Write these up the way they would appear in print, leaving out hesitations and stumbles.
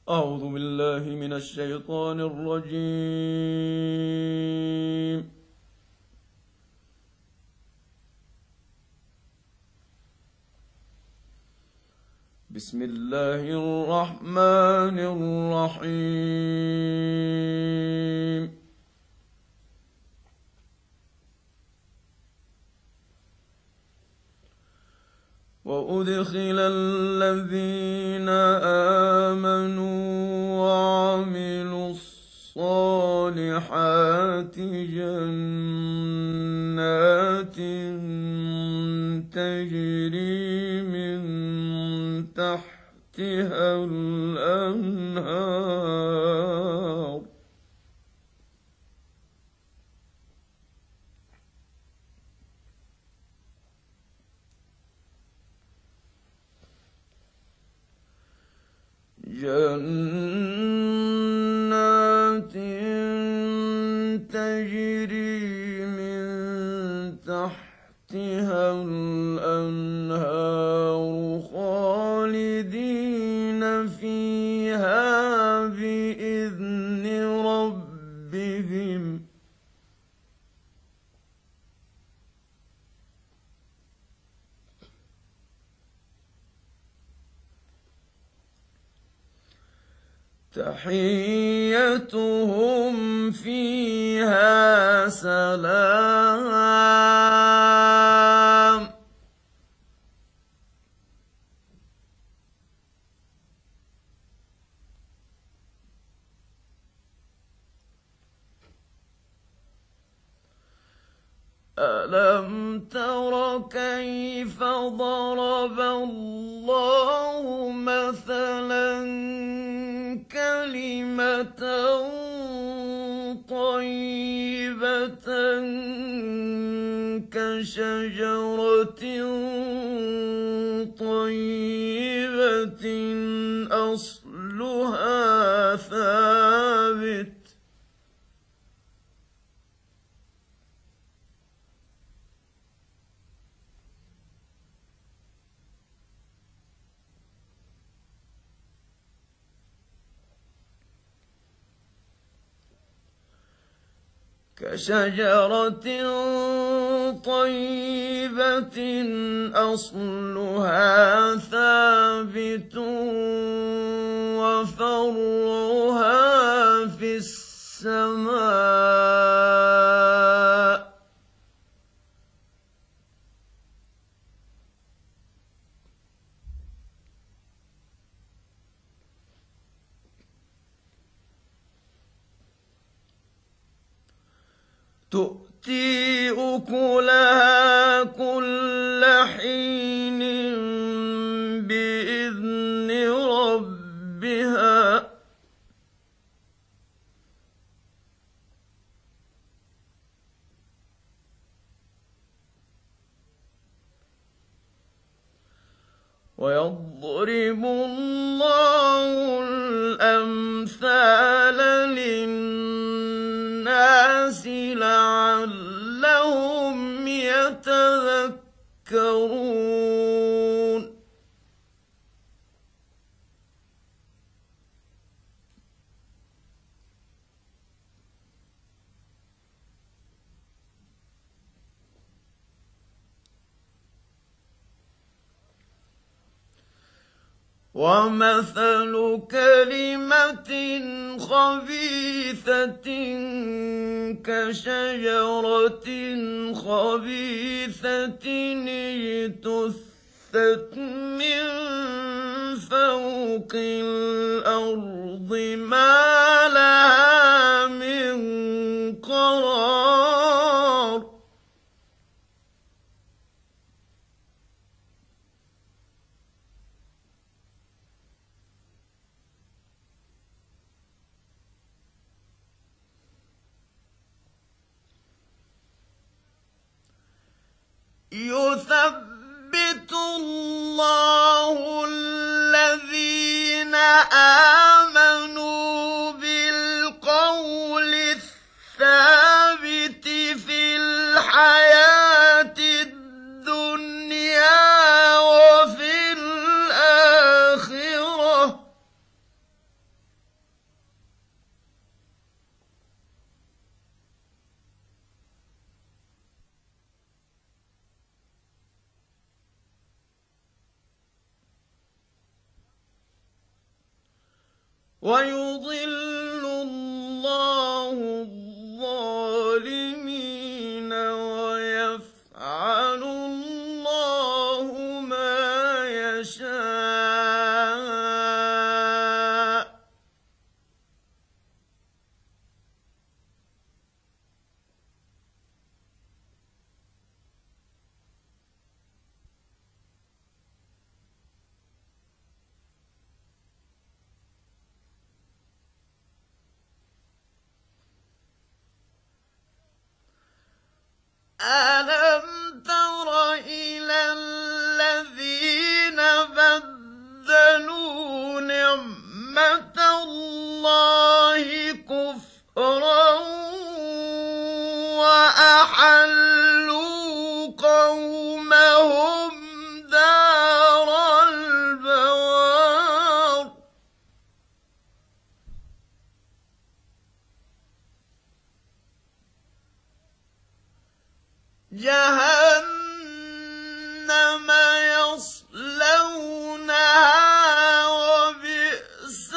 أعوذ بالله من الشيطان الرجيم. بسم الله الرحمن الرحيم. وأدخل الذين آمنوا وعملوا الصالحات جنات تجري من تحتها الأنهار جنات تجري من تحتها الأنهار خالدين فيها بإذن ربهم تحيتهم فيها سلام ألم تر كيف ضرب الله مثلا كلمة طيبة كشجرة طيبة أصلها ثابت كشجرة طيبة أصلها ثابت وفرعها في السماء تؤتي أكلها كل حين بإذن ربها ويضرب الله الأمثال للناس لعلهم يتذكرون ومثل كلمة خبيثة كشجرة خبيثة اجتثت من فوق الأرض ما لها من قرار يثبت الله الذين آمنوا بالقول الثابت في الحياة الدنيا وفي الآخرة ويضل الله الظالمين ويفعل الله ما يشاء. ألم تر إلى الذين بدلوا نعمة الله كفرا وأحلوا قومهم دار البوار جهنم يصلونها وبئس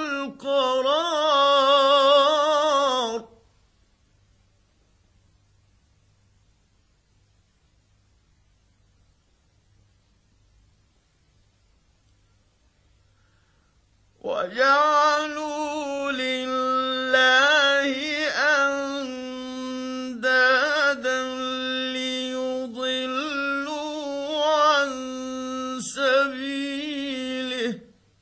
القرار. وجعلوا لله أندادا ليضلوا عن سبيله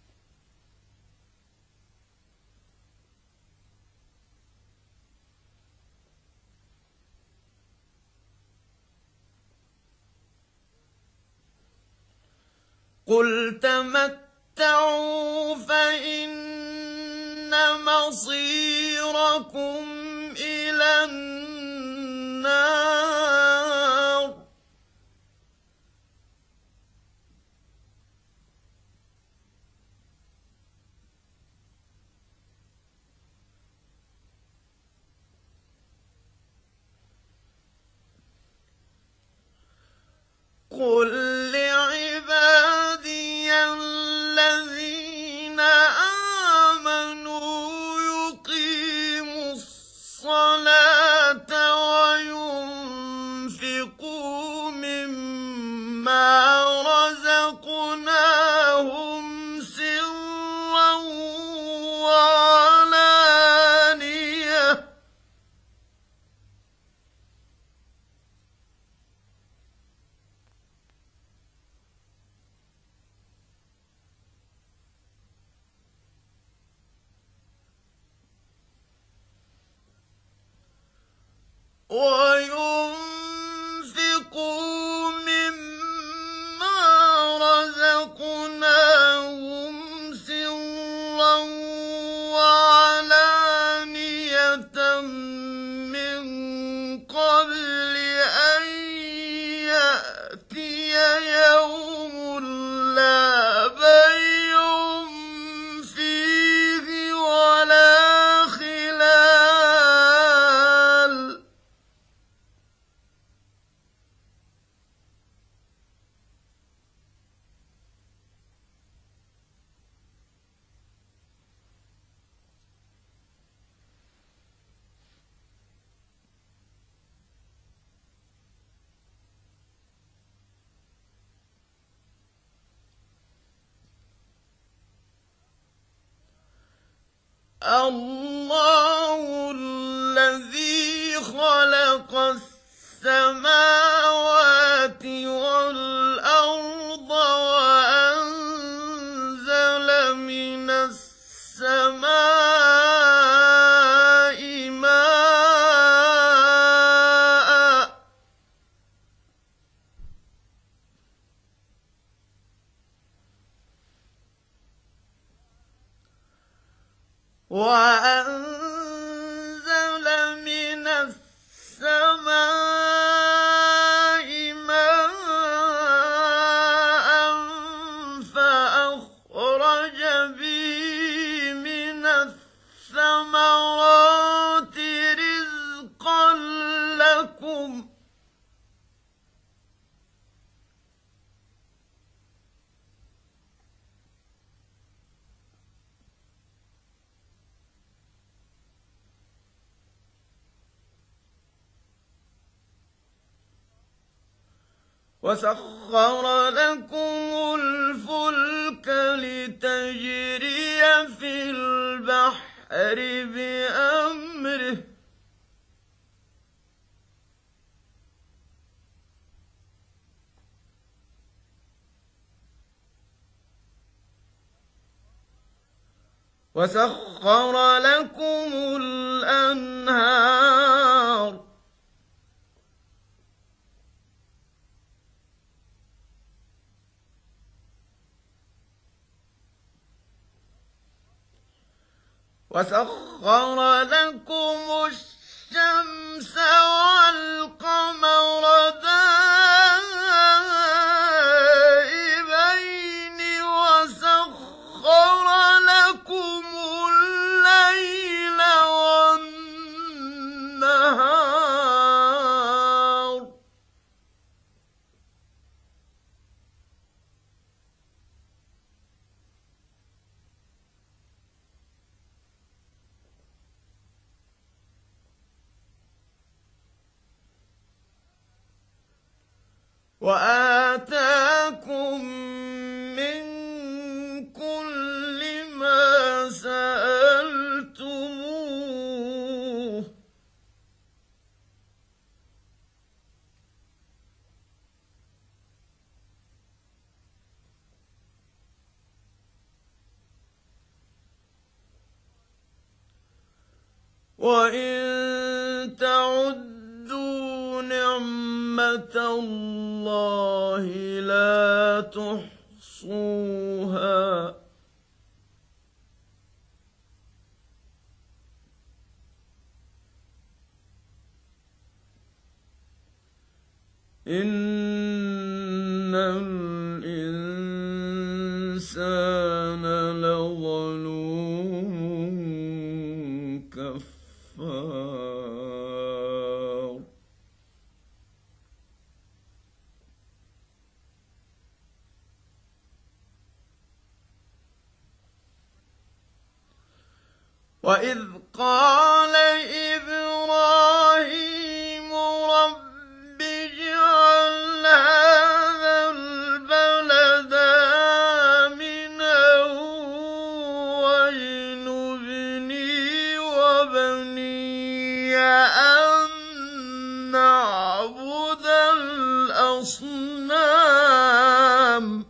قل تمتعوا فإن مصيركم إلى النار. قل لعبادي الذين آمنوا يقيموا الصلاة وينفقوا مما رزقناهم سرا وعلانية وينفقوا مما رزقناهم سرا وعلانية من قبل أن يأتي يوم لا بيع فيه ولا خلال. الله الذي خلق السماوات والأرض وأنزل من السماء ماء وأنزل من السماء ماء فأخرج به من الثمرات رزقا لكم وسخر لكم الفلك لتجري في البحر بأمره وسخر لكم الأنهار وسخر لكم الشمس والقمر دائبين وسخر لكم الليل والنهار وآتاكم من كل ما سألتموه وإن تعدوا نعمة الله لا تحصوها إن الإنسان لظلوم كفار وإذ قال إبراهيم رب اجعل هذا البلد آمنا واجنبني وبني أن نعبد الأصنام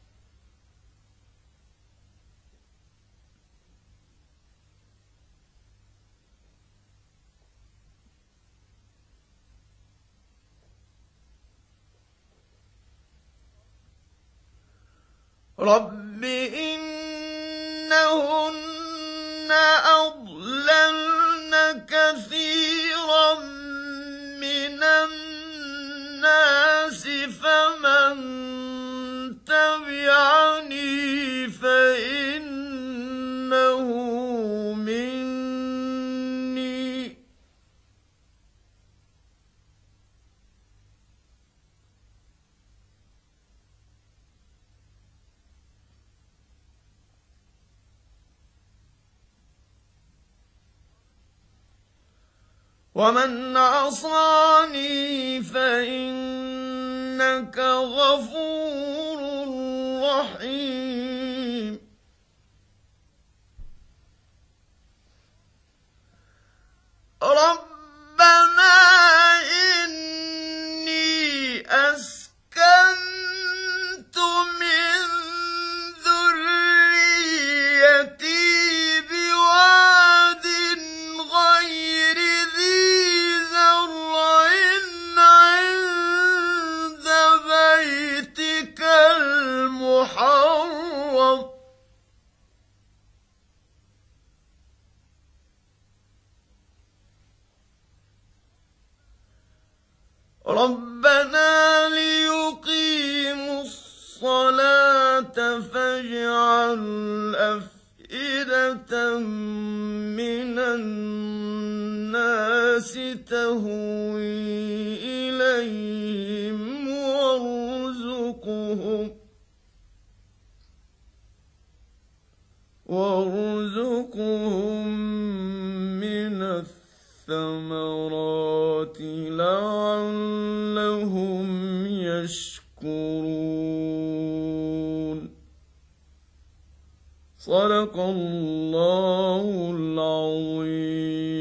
رب إنهن أضللن كثيرا من الناس فمن تبعني فإنه مني ومن عصاني فإنك غفور رحيم ربنا إني أسكنت من ذريتي بواد غير ذي زرع عند بيتك المحرم ربنا ليقيموا الصلاة فاجعل أفئدة من الناس تهوي إليهم وارزقهم من الثمرات لعلهم يشكرون صدق الله العظيم.